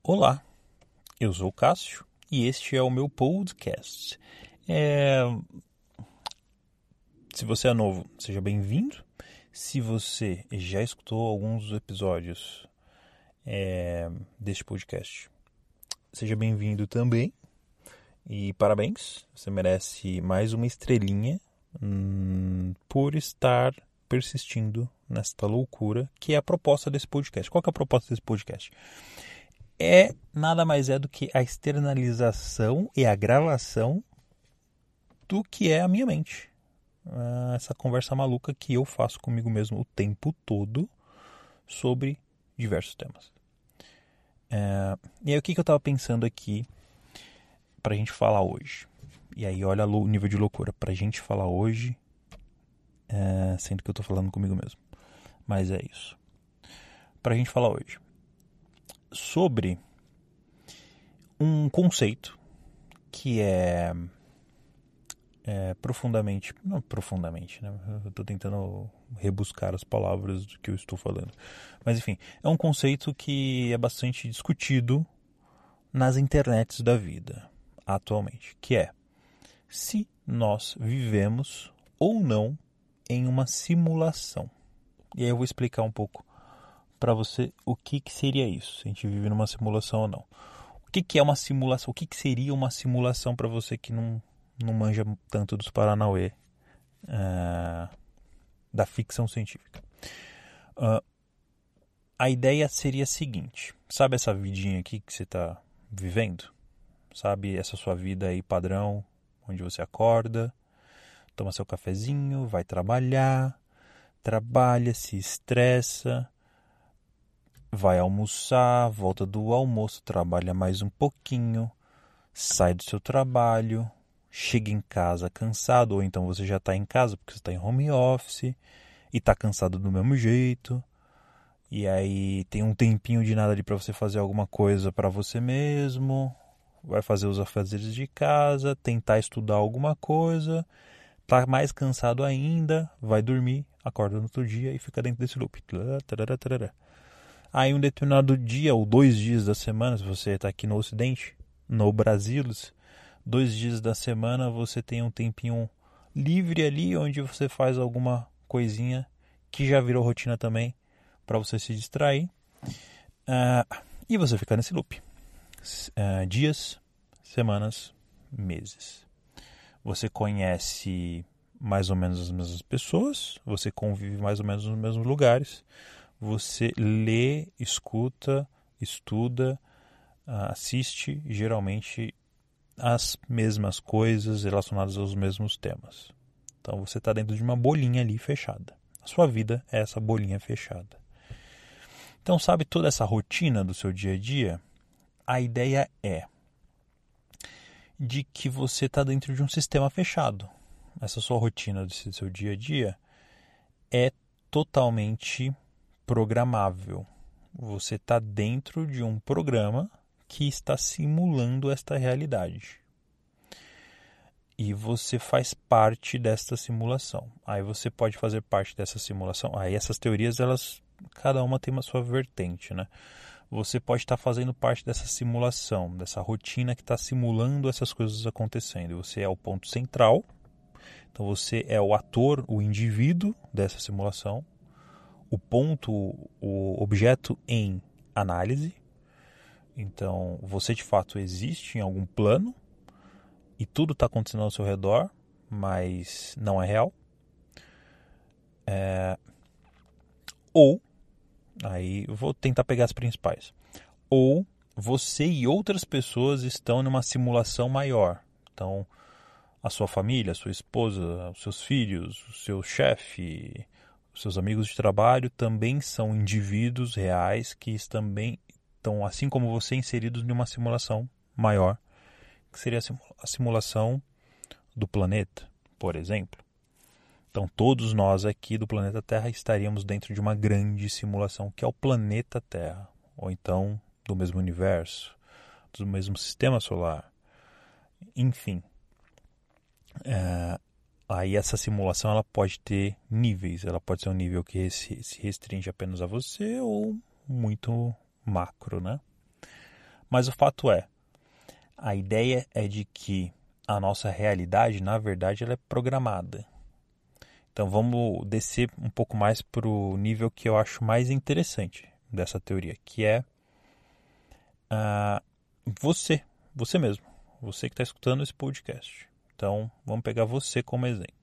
Olá, eu sou o Cássio e este é o meu podcast. Se você é novo, seja bem-vindo. Se você já escutou alguns dos episódios deste podcast, seja bem-vindo também. E parabéns, você merece mais uma estrelinha por estar persistindo nesta loucura que é a proposta desse podcast. Qual que é a proposta desse podcast? Nada mais é do que a externalização e a gravação do que é a minha mente. Essa conversa maluca que eu faço comigo mesmo o tempo todo sobre diversos temas. E aí o que eu estava pensando aqui pra gente falar hoje? E aí olha o nível de loucura. Pra gente falar hoje, sendo que eu tô falando comigo mesmo. Mas é isso. Pra gente falar hoje sobre um conceito que é profundamente, não profundamente, né? Eu estou tentando rebuscar as palavras do que eu estou falando. Mas enfim, é um conceito que é bastante discutido nas internets da vida atualmente, que é se nós vivemos ou não em uma simulação. E aí eu vou explicar um pouco para você o que seria isso, se a gente vive numa simulação ou não. O que é uma simulação? O que seria uma simulação para você que não manja tanto dos Paranauê da ficção científica? A ideia seria a seguinte: sabe essa vidinha aqui que você está vivendo? Sabe essa sua vida aí padrão, onde você acorda, toma seu cafezinho, vai trabalhar, trabalha, se estressa, vai almoçar, volta do almoço, trabalha mais um pouquinho, sai do seu trabalho, chega em casa cansado, ou então você já está em casa porque você está em home office e está cansado do mesmo jeito. E aí tem um tempinho de nada ali para você fazer alguma coisa para você mesmo, vai fazer os afazeres de casa, tentar estudar alguma coisa, tá mais cansado ainda, vai dormir, acorda no outro dia e fica dentro desse loop. Aí um determinado dia ou 2 dias da semana, se você está aqui no Ocidente, no Brasil, 2 dias da semana você tem um tempinho livre ali, onde você faz alguma coisinha que já virou rotina também, para você se distrair. E você fica nesse loop. Dias, semanas, meses. Você conhece mais ou menos as mesmas pessoas, você convive mais ou menos nos mesmos lugares, você lê, escuta, estuda, assiste geralmente as mesmas coisas relacionadas aos mesmos temas. Então você está dentro de uma bolinha ali fechada. A sua vida é essa bolinha fechada. Então, sabe toda essa rotina do seu dia a dia? A ideia é de que você está dentro de um sistema fechado. Essa sua rotina do seu dia a dia é totalmente programável. Você está dentro de um programa que está simulando esta realidade. E você faz parte desta simulação. Aí você pode fazer parte dessa simulação. Aí essas teorias, cada uma tem uma sua vertente, né? Você pode estar fazendo parte dessa simulação, dessa rotina que está simulando essas coisas acontecendo. Você é o ponto central, então você é o ator, o indivíduo dessa simulação, o objeto em análise. Então você de fato existe em algum plano e tudo está acontecendo ao seu redor, mas não é real. Ou, aí eu vou tentar pegar as principais. Ou você e outras pessoas estão numa simulação maior. Então, a sua família, a sua esposa, os seus filhos, o seu chefe, os seus amigos de trabalho também são indivíduos reais que também estão, assim como você, inseridos em uma simulação maior, que seria a simulação do planeta, por exemplo. Então, todos nós aqui do planeta Terra estaríamos dentro de uma grande simulação, que é o planeta Terra, ou então do mesmo universo, do mesmo sistema solar. Enfim, aí essa simulação ela pode ter níveis. Ela pode ser um nível que se restringe apenas a você ou muito macro, né? Mas o fato é, a ideia é de que a nossa realidade, na verdade, ela é programada. Então vamos descer um pouco mais para o nível que eu acho mais interessante dessa teoria, que é você mesmo, você que está escutando esse podcast. Então vamos pegar você como exemplo.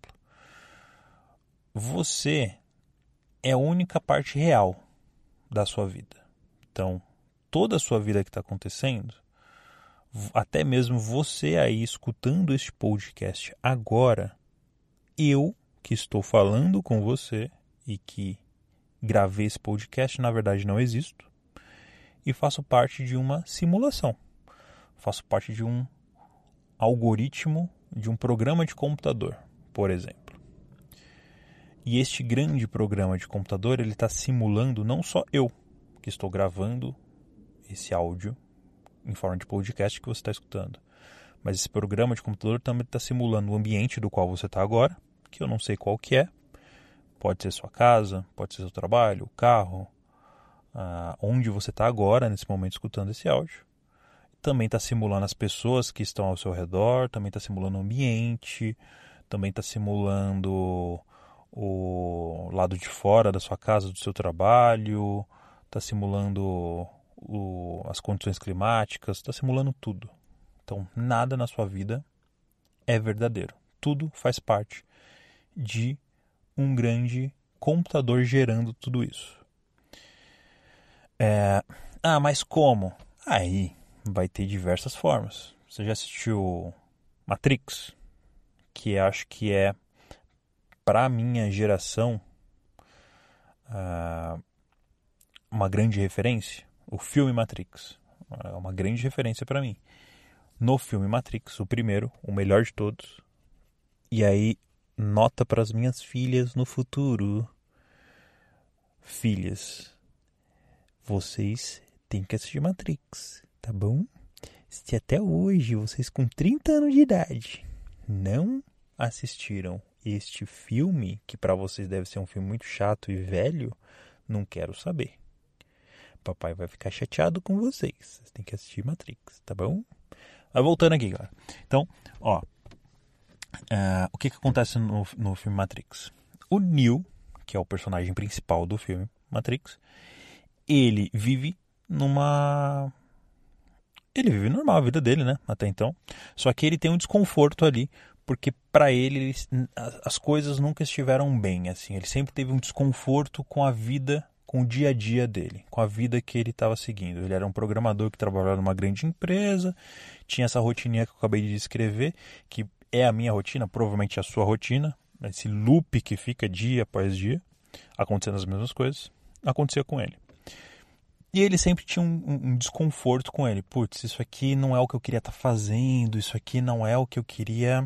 Você é a única parte real da sua vida. Então toda a sua vida que está acontecendo, até mesmo você aí escutando este podcast agora, eu que estou falando com você e que gravei esse podcast, na verdade não existo, e faço parte de uma simulação. Faço parte de um algoritmo, de um programa de computador, por exemplo. E este grande programa de computador, ele está simulando não só eu, que estou gravando esse áudio em forma de podcast que você está escutando, mas esse programa de computador também está simulando o ambiente do qual você está agora, que eu não sei qual que é. Pode ser sua casa, pode ser seu trabalho, o carro, onde você está agora, nesse momento, escutando esse áudio. Também está simulando as pessoas que estão ao seu redor, também está simulando o ambiente, também está simulando o lado de fora da sua casa, do seu trabalho, está simulando as condições climáticas, está simulando tudo. Então, nada na sua vida é verdadeiro. Tudo faz parte de um grande computador gerando tudo isso. Mas como? Aí vai ter diversas formas. Você já assistiu Matrix? Que acho que é, para a minha geração, uma grande referência. O filme Matrix é uma grande referência para mim. No filme Matrix, o primeiro, o melhor de todos. E aí, nota para as minhas filhas no futuro. Filhas, vocês têm que assistir Matrix, tá bom? Se até hoje vocês com 30 anos de idade não assistiram este filme, que para vocês deve ser um filme muito chato e velho, não quero saber. Papai vai ficar chateado com vocês. Vocês têm que assistir Matrix, tá bom? Mas voltando aqui, galera. Então, o que acontece no filme Matrix? O Neo, que é o personagem principal do filme Matrix, ele vive normal a vida dele, né? Até então. Só que ele tem um desconforto ali, porque para ele as coisas nunca estiveram bem, assim. Ele sempre teve um desconforto com a vida, com o dia a dia dele, com a vida que ele estava seguindo. Ele era um programador que trabalhava numa grande empresa, tinha essa rotininha que eu acabei de descrever, que é a minha rotina, provavelmente a sua rotina, esse loop que fica dia após dia, acontecendo as mesmas coisas, acontecia com ele. E ele sempre tinha um desconforto com ele. Putz, isso aqui não é o que eu queria estar fazendo, isso aqui não é o que eu queria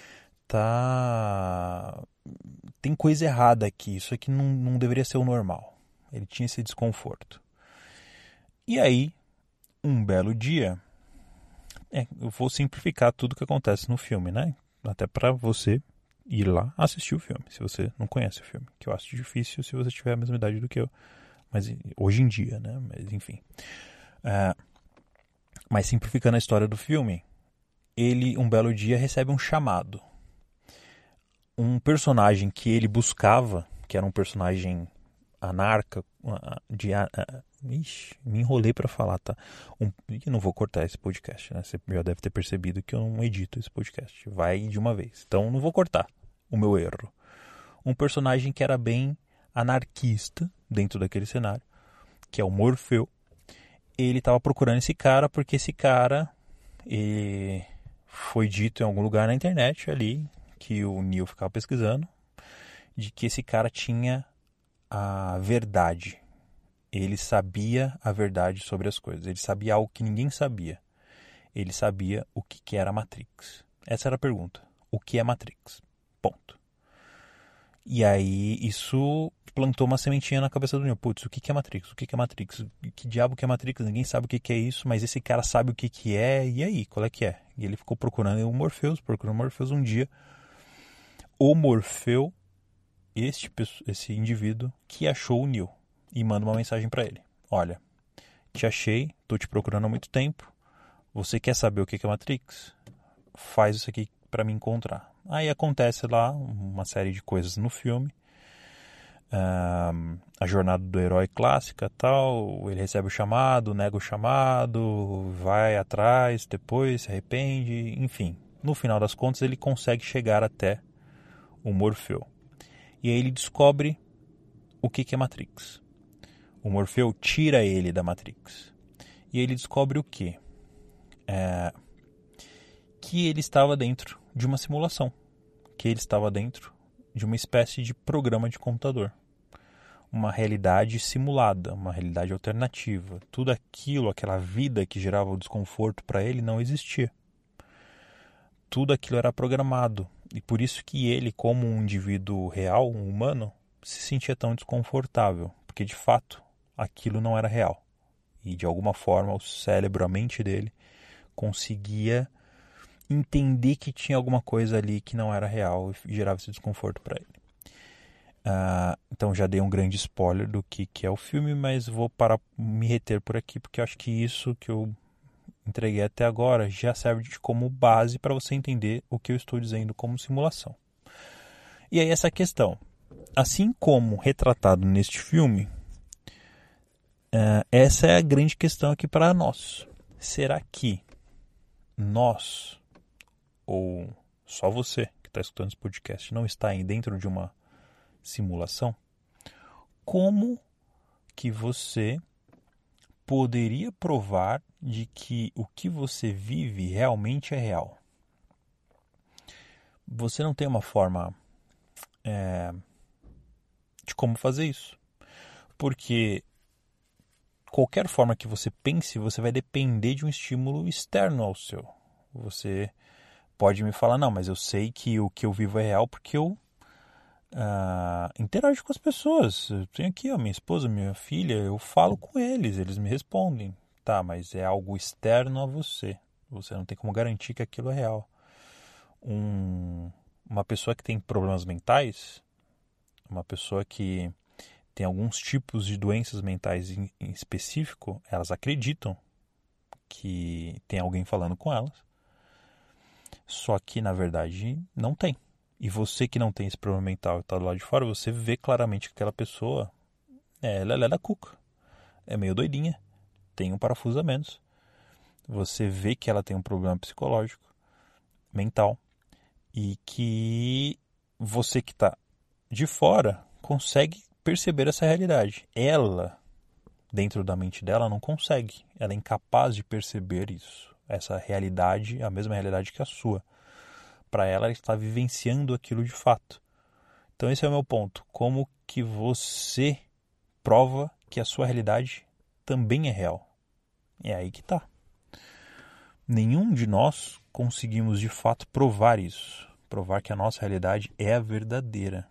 Tem coisa errada aqui, isso aqui não deveria ser o normal. Ele tinha esse desconforto. E aí, um belo dia, eu vou simplificar tudo que acontece no filme, né? Até para você ir lá assistir o filme, se você não conhece o filme, que eu acho difícil se você tiver a mesma idade do que eu. Mas hoje em dia, né? Mas enfim. Mas simplificando a história do filme, ele, um belo dia, recebe um chamado. Um personagem que ele buscava, que era um personagem anarca, me enrolei para falar, tá? Eu não vou cortar esse podcast, né? Você já deve ter percebido que eu não edito esse podcast. Vai de uma vez. Então não vou cortar o meu erro. Um personagem que era bem anarquista dentro daquele cenário, que é o Morfeu. Ele estava procurando esse cara porque esse cara foi dito em algum lugar na internet ali, que o Neo ficava pesquisando, de que esse cara tinha a verdade. Ele sabia a verdade sobre as coisas. Ele sabia algo que ninguém sabia. Ele sabia o que era Matrix. Essa era a pergunta. O que é Matrix? Ponto. E aí isso plantou uma sementinha na cabeça do Neo. Putz, o que é Matrix? O que é Matrix? Que diabo que é Matrix? Ninguém sabe o que é isso, mas esse cara sabe o que é. E aí, qual é que é? E ele ficou procurando o Morpheus um dia. O Morfeu, esse indivíduo que achou o Neo, e manda uma mensagem para ele. Olha, te achei, tô te procurando há muito tempo, Você quer saber o que é Matrix? Faz isso aqui para me encontrar. Aí acontece lá uma série de coisas no filme. A jornada do herói clássica, tal, ele recebe o chamado, nega o chamado, vai atrás, depois se arrepende, enfim. No final das contas, ele consegue chegar até o Morfeu. E aí ele descobre o que é Matrix. O Morfeu tira ele da Matrix. E ele descobre o quê? Que ele estava dentro de uma simulação. Que ele estava dentro de uma espécie de programa de computador. Uma realidade simulada, uma realidade alternativa. Tudo aquilo, aquela vida que gerava o desconforto para ele não existia. Tudo aquilo era programado. E por isso que ele, como um indivíduo real, um humano, se sentia tão desconfortável. Porque, de fato, aquilo não era real. E, de alguma forma, o cérebro, a mente dele, conseguia entender que tinha alguma coisa ali que não era real e gerava esse desconforto para ele. Então já dei um grande spoiler do que é o filme, mas vou me reter por aqui, porque eu acho que isso que eu entreguei até agora já serve como base para você entender o que eu estou dizendo como simulação. E aí essa questão, assim como retratado neste filme, essa é a grande questão aqui para nós. Será que nós, ou só você que está escutando esse podcast, não está aí dentro de uma simulação? Como que você poderia provar de que o que você vive realmente é real? Você não tem uma forma de como fazer isso. Porque qualquer forma que você pense, você vai depender de um estímulo externo ao seu. Você pode me falar, não, mas eu sei que o que eu vivo é real porque eu interajo com as pessoas. Eu tenho aqui a minha esposa, minha filha, eu falo com eles me respondem. Tá, mas é algo externo a você. Você não tem como garantir que aquilo é real. Uma pessoa que tem problemas mentais, uma pessoa que tem alguns tipos de doenças mentais em específico, elas acreditam que tem alguém falando com elas. Só que, na verdade, não tem. E você que não tem esse problema mental e está do lado de fora, você vê claramente que aquela pessoa ela é da cuca. É meio doidinha. Tem um parafuso a menos. Você vê que ela tem um problema psicológico, mental. E que você que está de fora consegue perceber essa realidade. Ela, dentro da mente dela, não consegue. Ela é incapaz de perceber isso. Essa realidade, a mesma realidade que a sua. Para ela está vivenciando aquilo de fato. Então esse é o meu ponto. Como que você prova que a sua realidade também é real? É aí que está. Nenhum de nós conseguimos de fato provar isso. Provar que a nossa realidade é a verdadeira.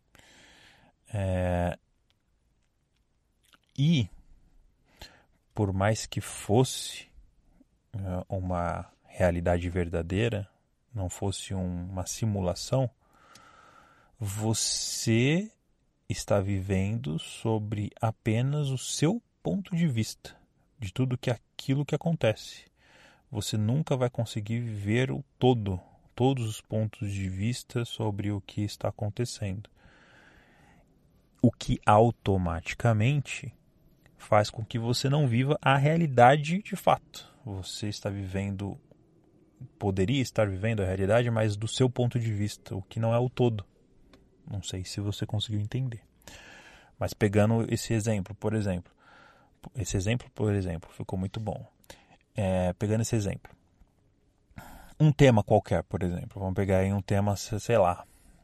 E por mais que fosse uma realidade verdadeira, não fosse uma simulação, você está vivendo sobre apenas o seu ponto de vista de tudo aquilo que acontece. Você nunca vai conseguir ver o todo, todos os pontos de vista sobre o que está acontecendo. O que automaticamente faz com que você não viva a realidade de fato. Você está vivendo, poderia estar vivendo a realidade, mas do seu ponto de vista, o que não é o todo. Não sei se você conseguiu entender. Mas pegando esse exemplo, por exemplo, ficou muito bom. Pegando esse exemplo, um tema qualquer, por exemplo, vamos pegar aí um tema, sei lá,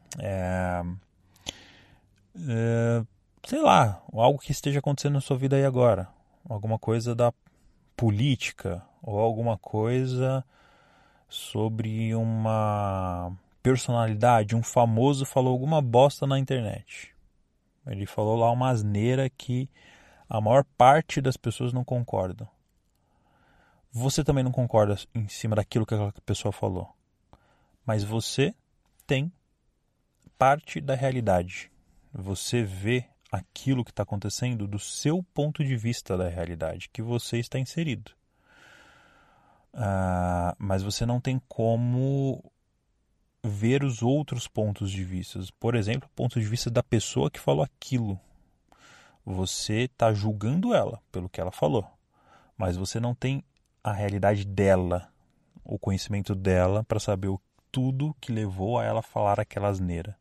algo que esteja acontecendo na sua vida aí agora, alguma coisa da política ou alguma coisa sobre uma personalidade, um famoso falou alguma bosta na internet. Ele falou lá uma asneira que a maior parte das pessoas não concordam. Você também não concorda em cima daquilo que aquela pessoa falou. Mas você tem parte da realidade. Você vê aquilo que está acontecendo do seu ponto de vista da realidade, que você está inserido. Mas você não tem como ver os outros pontos de vista. Por exemplo, o ponto de vista da pessoa que falou aquilo. Você está julgando ela pelo que ela falou, mas você não tem a realidade dela, o conhecimento dela para saber tudo que levou a ela falar aquela asneira.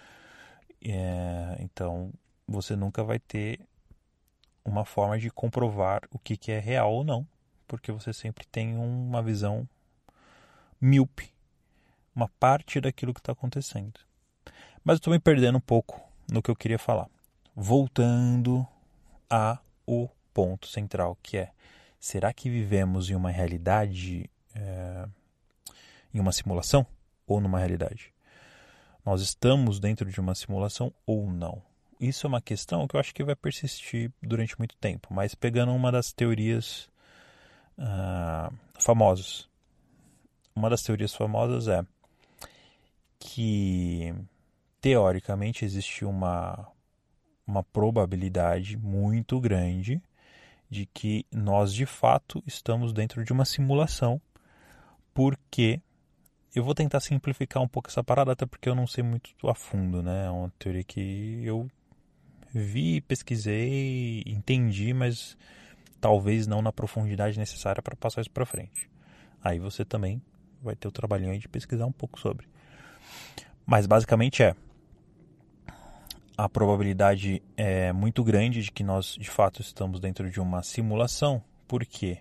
Então, você nunca vai ter uma forma de comprovar o que é real ou não, porque você sempre tem uma visão míope, uma parte daquilo que está acontecendo. Mas eu estou me perdendo um pouco no que eu queria falar. Voltando ao ponto central, que é: será que vivemos em uma realidade, em uma simulação ou numa realidade? Nós estamos dentro de uma simulação ou não? Isso é uma questão que eu acho que vai persistir durante muito tempo, mas pegando uma das teorias famosas. Uma das teorias famosas é que, teoricamente, existe uma probabilidade muito grande de que nós, de fato, estamos dentro de uma simulação, porque eu vou tentar simplificar um pouco essa parada, até porque eu não sei muito a fundo, né? É uma teoria que eu vi, pesquisei, entendi, mas talvez não na profundidade necessária para passar isso para frente. Aí você também vai ter o trabalhinho aí de pesquisar um pouco sobre. Mas basicamente a probabilidade é muito grande de que nós, de fato, estamos dentro de uma simulação, porque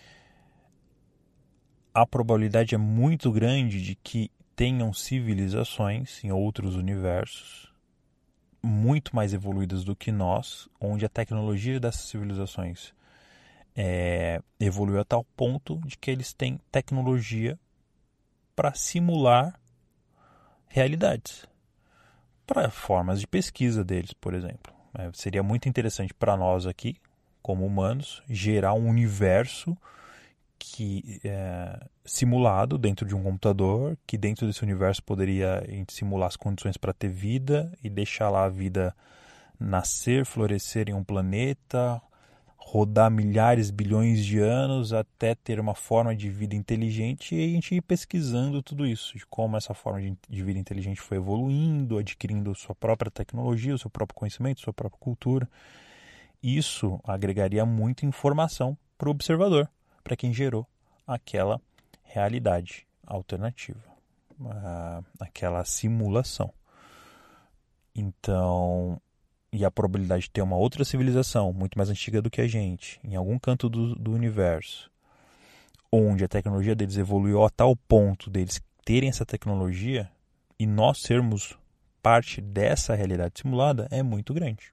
a probabilidade é muito grande de que tenham civilizações em outros universos muito mais evoluídas do que nós, onde a tecnologia dessas civilizações evoluiu a tal ponto de que eles têm tecnologia para simular realidades, para formas de pesquisa deles, por exemplo. Seria muito interessante para nós aqui, como humanos, gerar um universo que simulado dentro de um computador, que dentro desse universo poderia a gente simular as condições para ter vida e deixar lá a vida nascer, florescer em um planeta, rodar milhares, bilhões de anos até ter uma forma de vida inteligente, e a gente ir pesquisando tudo isso, de como essa forma de vida inteligente foi evoluindo, adquirindo sua própria tecnologia, o seu próprio conhecimento, sua própria cultura. Isso agregaria muita informação para o observador, para quem gerou aquela realidade alternativa, aquela simulação. Então, e a probabilidade de ter uma outra civilização muito mais antiga do que a gente, em algum canto do universo, onde a tecnologia deles evoluiu a tal ponto deles terem essa tecnologia e nós sermos parte dessa realidade simulada, é muito grande.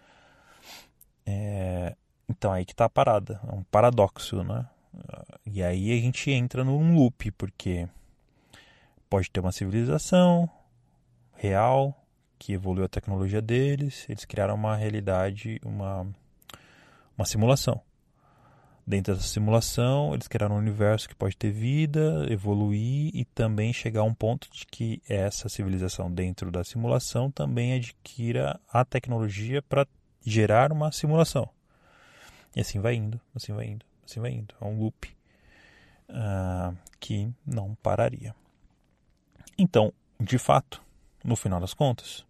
Então aí que está a parada, é um paradoxo, né? E aí a gente entra num loop, porque pode ter uma civilização real que evoluiu a tecnologia deles, eles criaram uma realidade, uma simulação. Dentro dessa simulação, eles criaram um universo que pode ter vida, evoluir e também chegar a um ponto de que essa civilização dentro da simulação também adquira a tecnologia para gerar uma simulação. E assim vai indo, assim vai indo, assim vai indo. É um loop que não pararia. Então, de fato, no final das contas,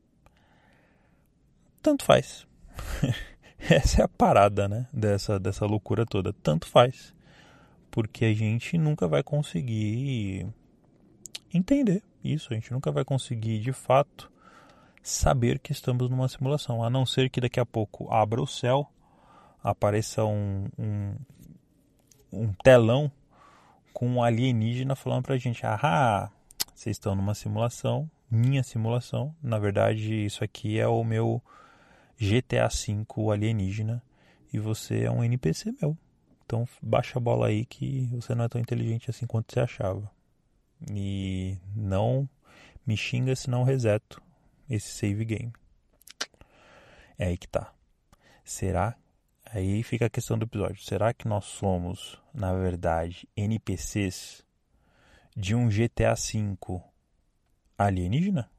tanto faz. Essa é a parada, né? Dessa loucura toda. Tanto faz. Porque a gente nunca vai conseguir entender isso. A gente nunca vai conseguir, de fato, saber que estamos numa simulação. A não ser que daqui a pouco abra o céu, apareça um telão com um alienígena falando pra gente: ah, vocês estão numa simulação, minha simulação. Na verdade, isso aqui é o meu GTA V alienígena e você é um NPC meu. Então baixa a bola aí que você não é tão inteligente assim quanto você achava. E não me xinga, senão eu reseto esse save game. É aí que tá. Será? Aí fica a questão do episódio. Será que nós somos, na verdade, NPCs de um GTA V alienígena?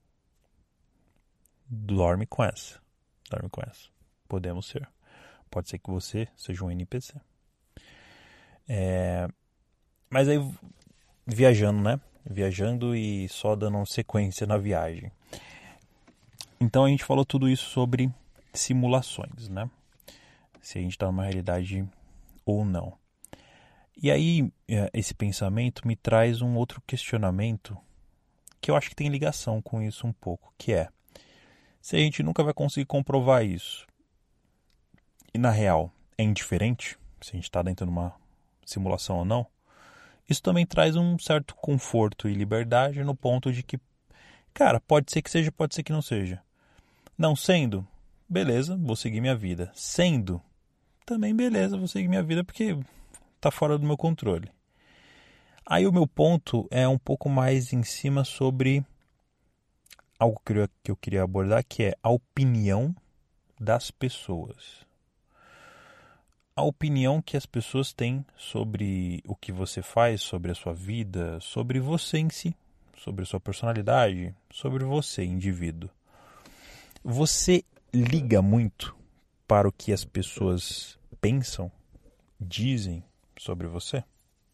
Dorme com essa. Dorme com essa. Podemos ser. Pode ser que você seja um NPC. Mas aí, viajando, né? Viajando e só dando uma sequência na viagem. Então a gente falou tudo isso sobre simulações, né? Se a gente está numa realidade ou não. E aí, esse pensamento me traz um outro questionamento que eu acho que tem ligação com isso um pouco, que é, se a gente nunca vai conseguir comprovar isso, e na real é indiferente, se a gente está dentro de uma simulação ou não, isso também traz um certo conforto e liberdade no ponto de que, cara, pode ser que seja, pode ser que não seja. Não sendo, beleza, vou seguir minha vida. Sendo, também beleza, vou seguir minha vida porque tá fora do meu controle. Aí o meu ponto é um pouco mais em cima sobre algo que eu queria abordar, que é a opinião das pessoas. A opinião que as pessoas têm sobre o que você faz, sobre a sua vida, sobre você em si, sobre a sua personalidade, sobre você, indivíduo. Você liga muito para o que as pessoas pensam, dizem sobre você?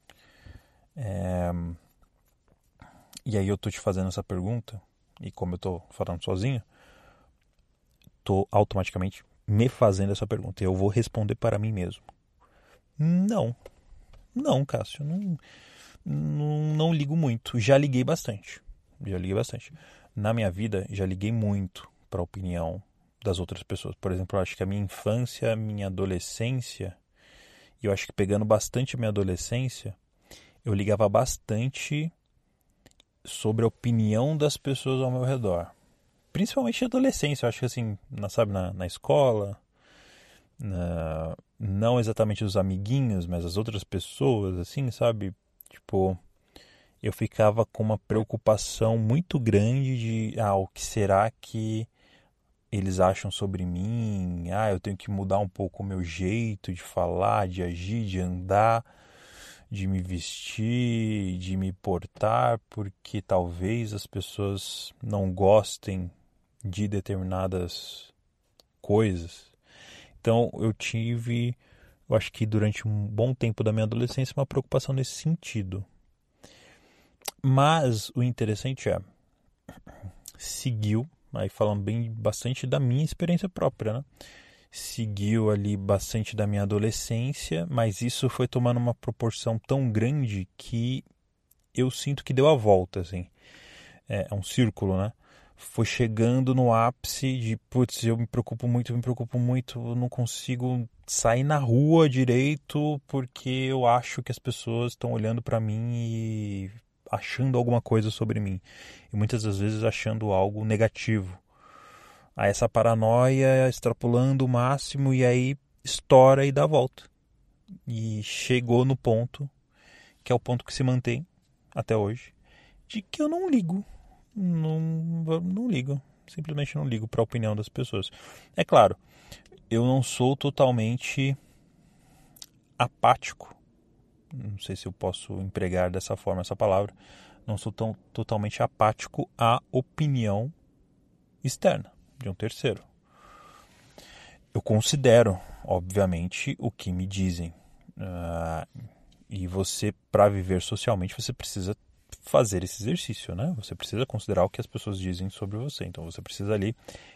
E aí eu tô te fazendo essa pergunta, e como eu tô falando sozinho, tô automaticamente me fazendo essa pergunta. E eu vou responder para mim mesmo. Não. Não, Cássio. Não ligo muito. Já liguei bastante. Na minha vida, já liguei muito para a opinião das outras pessoas. Por exemplo, eu acho que a minha infância, a minha adolescência, e eu acho que pegando bastante a minha adolescência, eu ligava bastante sobre a opinião das pessoas ao meu redor. Principalmente na adolescência, eu acho que assim, na escola, não exatamente os amiguinhos, mas as outras pessoas, assim, sabe? Tipo, eu ficava com uma preocupação muito grande de, o que será que eles acham sobre mim? Eu tenho que mudar um pouco o meu jeito de falar, de agir, de andar, de me vestir, de me portar, porque talvez as pessoas não gostem de determinadas coisas. Então eu acho que durante um bom tempo da minha adolescência, uma preocupação nesse sentido. Mas o interessante seguiu, aí falando bastante da minha experiência própria, né? Seguiu ali bastante da minha adolescência, mas isso foi tomando uma proporção tão grande que eu sinto que deu a volta, assim. É um círculo, né? Foi chegando no ápice de, putz, eu me preocupo muito, eu não consigo sair na rua direito porque eu acho que as pessoas estão olhando para mim e achando alguma coisa sobre mim. E muitas das vezes achando algo negativo. Aí essa paranoia extrapolando o máximo e aí estoura e dá a volta. E chegou no ponto, que é o ponto que se mantém até hoje, de que eu não ligo. Não ligo. Simplesmente não ligo para a opinião das pessoas. É claro, eu não sou totalmente apático. Não sei se eu posso empregar dessa forma essa palavra. Não sou tão totalmente apático à opinião externa de um terceiro. Eu considero, obviamente, o que me dizem. E você, para viver socialmente, você precisa fazer esse exercício, né? Você precisa considerar o que as pessoas dizem sobre você. Então, você precisa ali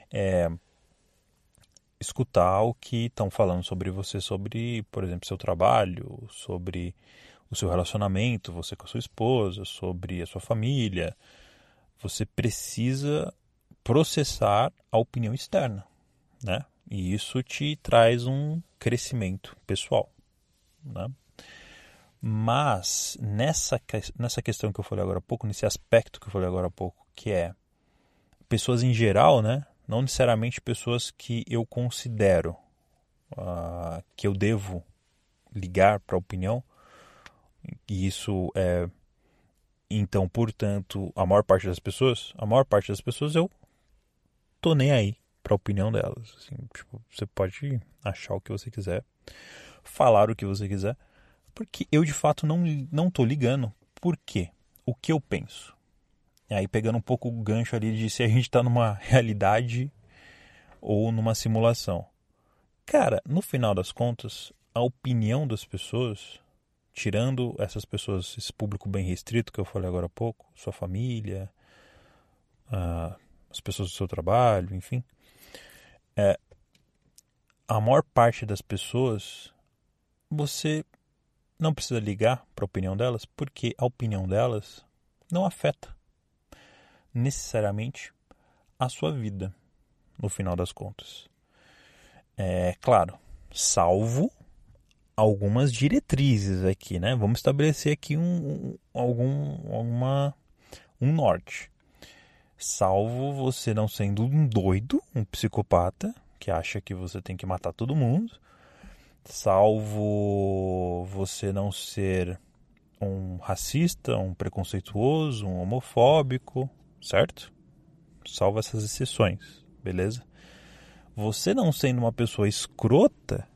escutar o que estão falando sobre você, sobre, por exemplo, seu trabalho, sobre o seu relacionamento, você com a sua esposa, sobre a sua família. Você precisa processar a opinião externa, né? E isso te traz um crescimento pessoal, né? Mas nessa questão que eu falei agora há pouco, nesse aspecto que eu falei agora há pouco, que é pessoas em geral, né? Não necessariamente pessoas que eu considero que eu devo ligar para a opinião, e isso é, então, portanto, a maior parte das pessoas eu tô nem aí para a opinião delas. Assim, tipo, você pode achar o que você quiser, falar o que você quiser, porque eu de fato não tô ligando. Por quê? O que eu penso? E aí pegando um pouco o gancho ali de se a gente está numa realidade ou numa simulação. Cara, no final das contas, a opinião das pessoas tirando essas pessoas, esse público bem restrito que eu falei agora há pouco, sua família, as pessoas do seu trabalho, enfim, a maior parte das pessoas, você não precisa ligar para a opinião delas, porque a opinião delas não afeta necessariamente a sua vida, no final das contas. É claro, salvo algumas diretrizes aqui, né? Vamos estabelecer aqui um norte. Salvo você não sendo um doido, um psicopata, que acha que você tem que matar todo mundo. Salvo você não ser um racista, um preconceituoso, um homofóbico, certo? Salvo essas exceções, beleza? Você não sendo uma pessoa escrota,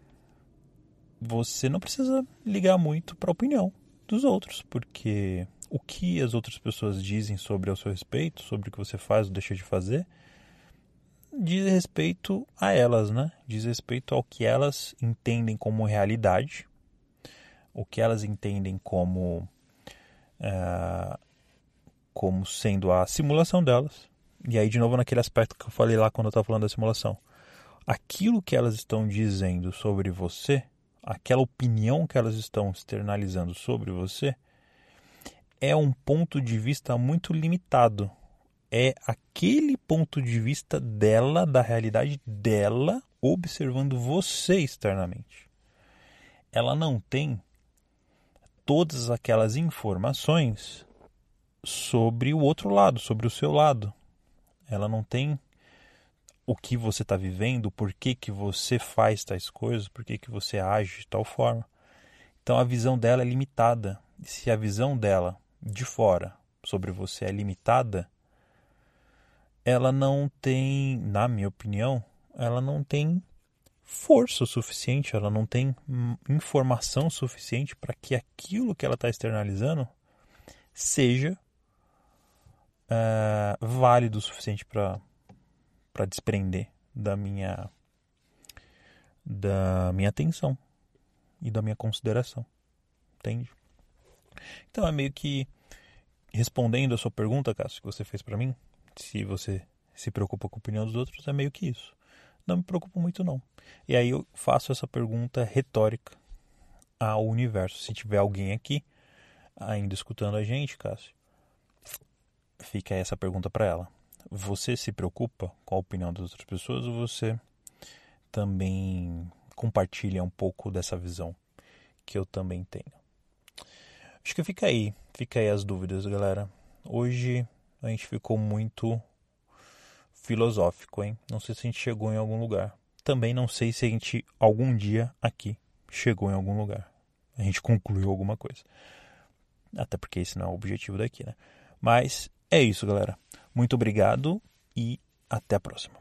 você não precisa ligar muito para a opinião dos outros, porque o que as outras pessoas dizem sobre o seu respeito, sobre o que você faz ou deixa de fazer, diz respeito a elas, né? Diz respeito ao que elas entendem como realidade, o que elas entendem como sendo a simulação delas. E aí, de novo, naquele aspecto que eu falei lá quando eu estava falando da simulação. Aquilo que elas estão dizendo sobre você, aquela opinião que elas estão externalizando sobre você, é um ponto de vista muito limitado. É aquele ponto de vista dela, da realidade dela, observando você externamente. Ela não tem todas aquelas informações sobre o outro lado, sobre o seu lado. Ela não tem o que você está vivendo, por que você faz tais coisas, por que você age de tal forma. Então a visão dela é limitada. Se a visão dela de fora sobre você é limitada, ela não tem, na minha opinião, ela não tem força o suficiente, ela não tem informação suficiente para que aquilo que ela está externalizando seja válido o suficiente para desprender da minha atenção e da minha consideração, entende? Então é meio que respondendo a sua pergunta, Cássio, que você fez para mim, se você se preocupa com a opinião dos outros, é meio que isso. Não me preocupo muito, não. E aí eu faço essa pergunta retórica ao universo. Se tiver alguém aqui ainda escutando a gente, Cássio, fica aí essa pergunta para ela. Você se preocupa com a opinião das outras pessoas ou você também compartilha um pouco dessa visão que eu também tenho? Acho que fica aí as dúvidas, galera. Hoje a gente ficou muito filosófico, hein? Não sei se a gente chegou em algum lugar. Também não sei se a gente algum dia aqui chegou em algum lugar. A gente concluiu alguma coisa. Até porque esse não é o objetivo daqui, né? Mas é isso, galera. Muito obrigado e até a próxima.